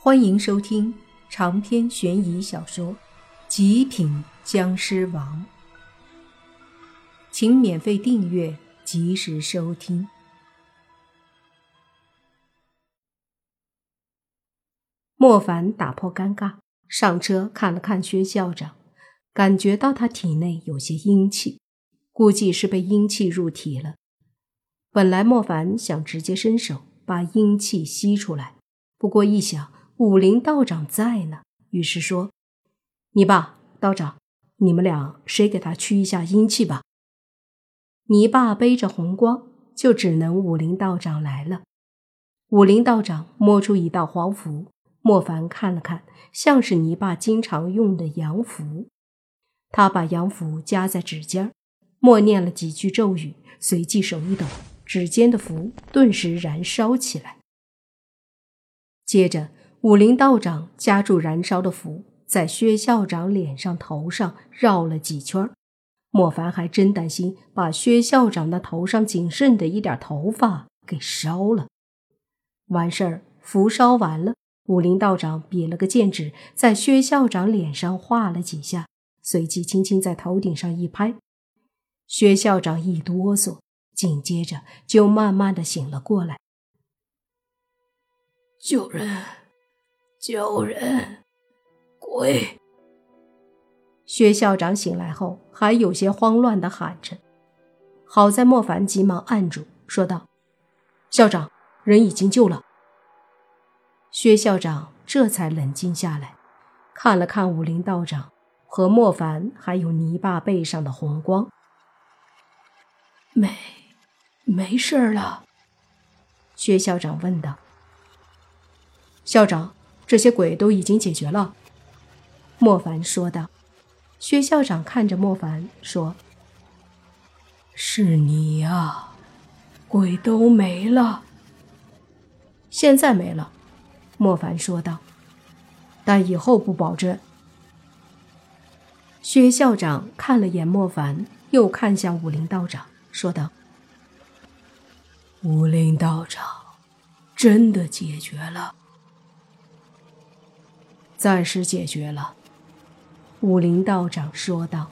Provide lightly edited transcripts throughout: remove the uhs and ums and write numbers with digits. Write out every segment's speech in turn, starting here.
欢迎收听长篇悬疑小说《极品僵尸王》，请免费订阅，及时收听。莫凡打破尴尬，上车看了看薛校长，感觉到他体内有些阴气，估计是被阴气入体了。本来莫凡想直接伸手把阴气吸出来，不过一想武林道长在呢，于是说：“泥巴，道长，你们俩谁给他驱一下阴气吧。”泥巴背着红光，就只能武林道长来了。武林道长摸出一道黄符，莫凡看了看，像是泥巴经常用的阳符。他把阳符夹在指尖，默念了几句咒语，随即手一抖，指尖的符顿时燃烧起来。接着武林道长夹住燃烧的符，在薛校长脸上头上绕了几圈。莫凡还真担心把薛校长的头上仅剩的一点头发给烧了。完事儿，符烧完了，武林道长比了个剑指，在薛校长脸上画了几下，随即轻轻在头顶上一拍。薛校长一哆嗦，紧接着就慢慢的醒了过来。 救人！救人！鬼！ 薛校长醒来后还有些慌乱地喊着，好在莫凡急忙按住，说道：“校长，人已经救了。”薛校长这才冷静下来，看了看武林道长和莫凡还有泥巴背上的红光。 没事了？ 薛校长问道。校长，这些鬼都已经解决了。莫凡说道。薛校长看着莫凡说：“ 是你呀，鬼都没了。” 现在没了，莫凡说道，但以后不保证。薛校长看了眼莫凡，又看向武林道长，说道：“ 武林道长真的解决了？” 暂时解决了，武林道长说道。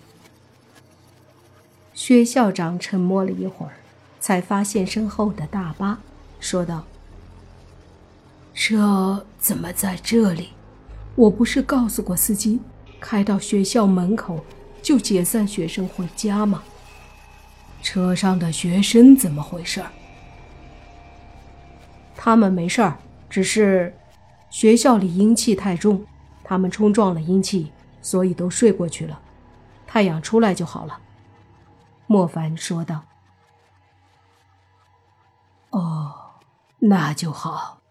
薛校长沉默了一会儿，才发现身后的大巴，说道：“ 车怎么在这里？ 我不是告诉过司机，开到学校门口就解散学生回家吗？ 车上的学生怎么回事？” 他们没事儿，只是学校里阴气太重，他们冲撞了阴气，所以都睡过去了，太阳出来就好了。莫凡说道。 哦，那就好。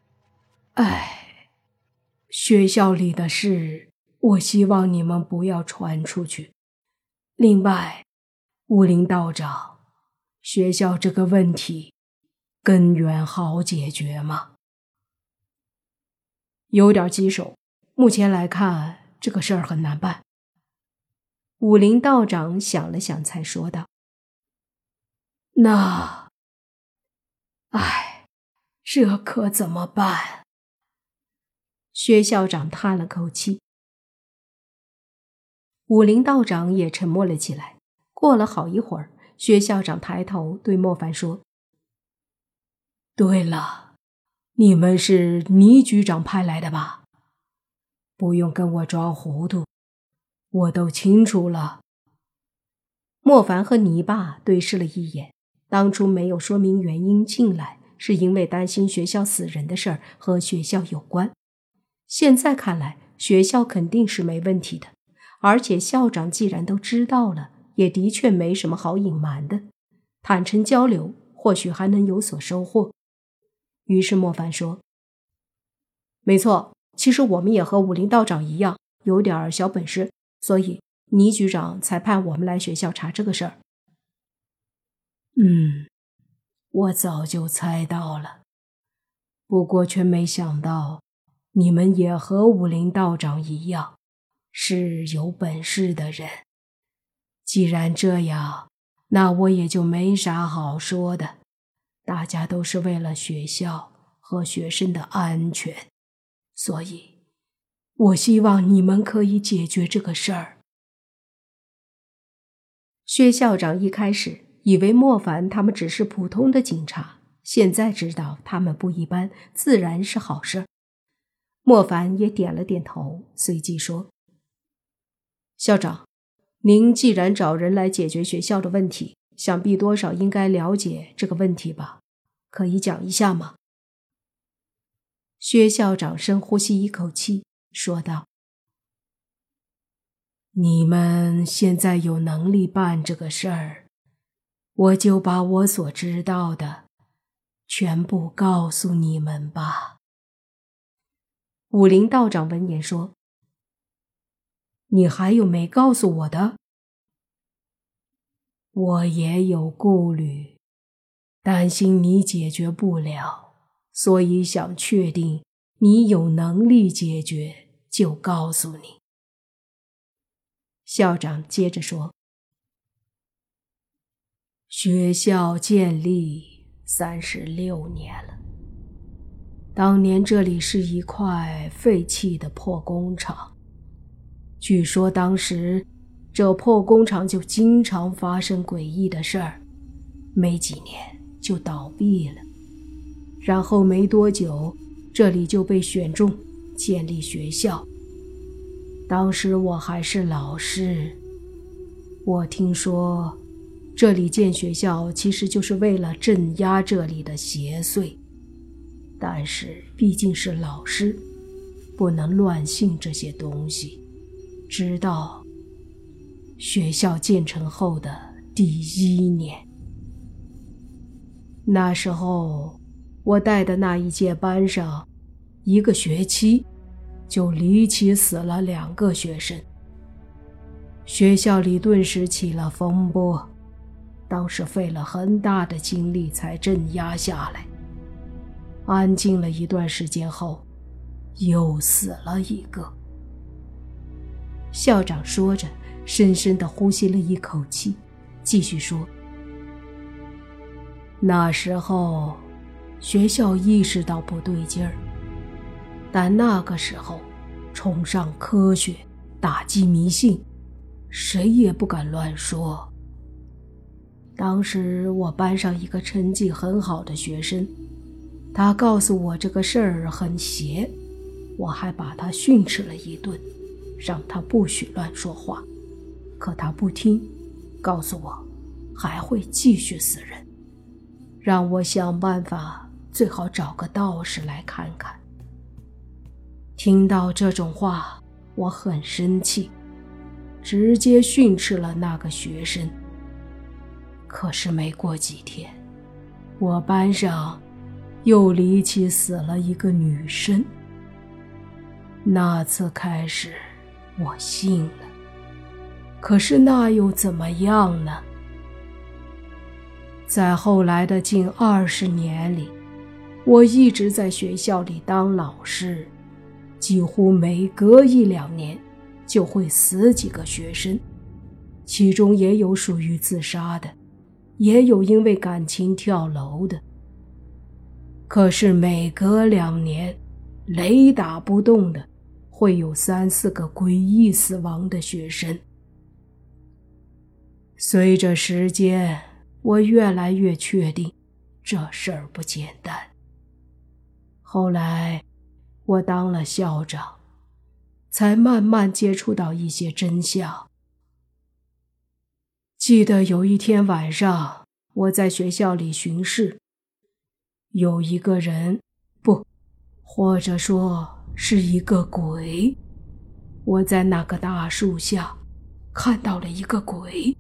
学校里的事，我希望你们不要传出去。另外，武林道长，学校这个问题，根源好解决吗？ 有点棘手，目前来看，这个事儿很难办。武林道长想了想，才说道：“ 那，这可怎么办？” 薛校长叹了口气。武林道长也沉默了起来。过了好一会儿，薛校长抬头对莫凡说：“ 对了，你们是倪局长派来的吧？不用跟我装糊涂，我都清楚了。” 莫凡和泥巴对视了一眼，当初没有说明原因进来，是因为担心学校死人的事儿和学校有关。现在看来，学校肯定是没问题的，而且校长既然都知道了，也的确没什么好隐瞒的，坦诚交流，或许还能有所收获。于是莫凡说：“没错，其实我们也和武林道长一样，有点小本事，所以倪局长才派我们来学校查这个事儿。” 我早就猜到了，不过却没想到你们也和武林道长一样，是有本事的人。既然这样，那我也就没啥好说的，大家都是为了学校和学生的安全， 所以，我希望你们可以解决这个事儿。” 薛校长一开始以为莫凡他们只是普通的警察，现在知道他们不一般，自然是好事。莫凡也点了点头，随即说：“校长，您既然找人来解决学校的问题，想必多少应该了解这个问题吧？可以讲一下吗？”薛校长深呼吸一口气，说道：“ 你们现在有能力办这个事儿，我就把我所知道的全部告诉你们吧。” 武林道长闻言说：“ 你还有没告诉我的？”“我也有顾虑，担心你解决不了，所以想确定你有能力解决，就告诉你。” 校长接着说：“ 学校建立36年了，当年这里是一块废弃的破工厂，据说当时这破工厂就经常发生诡异的事儿，没几年就倒闭了。然后没多久，这里就被选中建立学校。当时我还是老师，我听说这里建学校其实就是为了镇压这里的邪祟，但是毕竟是老师，不能乱信这些东西。直到学校建成后的第1年，那时候我带的那一届班上，一个学期就离奇死了2个学生，学校里顿时起了风波，当时费了很大的精力才镇压下来。安静了一段时间后，又死了1个。 校长说着，深深地呼吸了一口气，继续说：“ 那时候学校意识到不对劲儿，但那个时候崇尚科学，打击迷信，谁也不敢乱说。当时我班上一个成绩很好的学生，他告诉我这个事儿很邪，我还把他训斥了一顿，让他不许乱说话。可他不听，告诉我还会继续死人，让我想办法最好找个道士来看看。听到这种话，我很生气，直接训斥了那个学生。可是没过几天，我班上又离奇死了一个女生。那次开始，我信了。可是那又怎么样呢？在后来的近20年里，我一直在学校里当老师，几乎每隔1、2年就会死几个学生，其中也有属于自杀的，也有因为感情跳楼的。可是每隔2年，雷打不动的会有3、4个诡异死亡的学生。随着时间，我越来越确定这事儿不简单。后来我当了校长，才慢慢接触到一些真相。记得有一天晚上，我在学校里巡视，有一个人，或者说是一个鬼，我在那个大树下看到了一个鬼。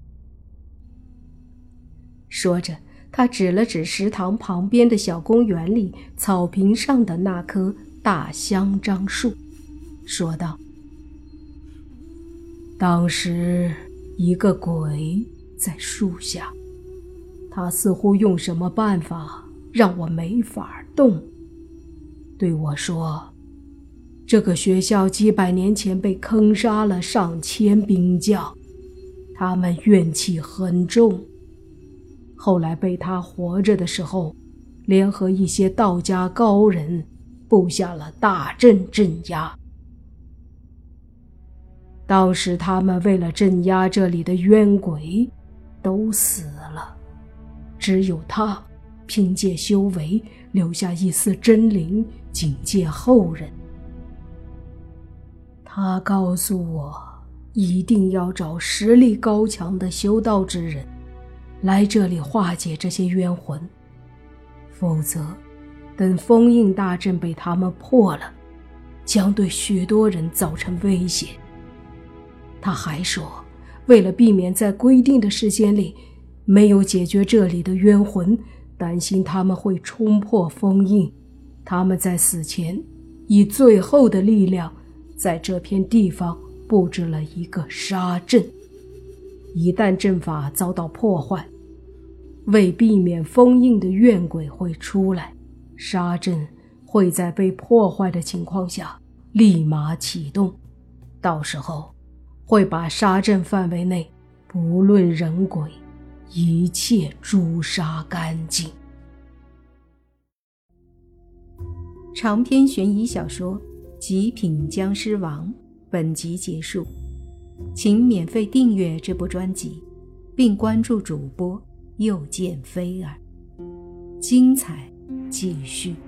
说着，他指了指食堂旁边的小公园里草坪上的那棵大香樟树，说道：“ 当时一个鬼在树下，他似乎用什么办法让我没法动，对我说，这个学校几百年前被坑杀了上千兵将，他们怨气很重。后来被他活着的时候，联合一些道家高人布下了大阵镇压。当时他们为了镇压这里的冤鬼，都死了，只有他凭借修为留下一丝真灵，警戒后人。他告诉我，一定要找实力高强的修道之人来这里化解这些冤魂，否则等封印大阵被他们破了，将对许多人造成威胁。他还说，为了避免在规定的时间里没有解决这里的冤魂，担心他们会冲破封印，他们在死前以最后的力量在这片地方布置了一个杀阵。一旦阵法遭到破坏，为避免封印的怨鬼会出来，杀阵会在被破坏的情况下立马启动，到时候会把杀阵范围内不论人鬼一切诛杀干净。 长篇悬疑小说《极品僵尸王》本集结束，请免费订阅这部专辑，并关注主播又见菲儿，精彩继续。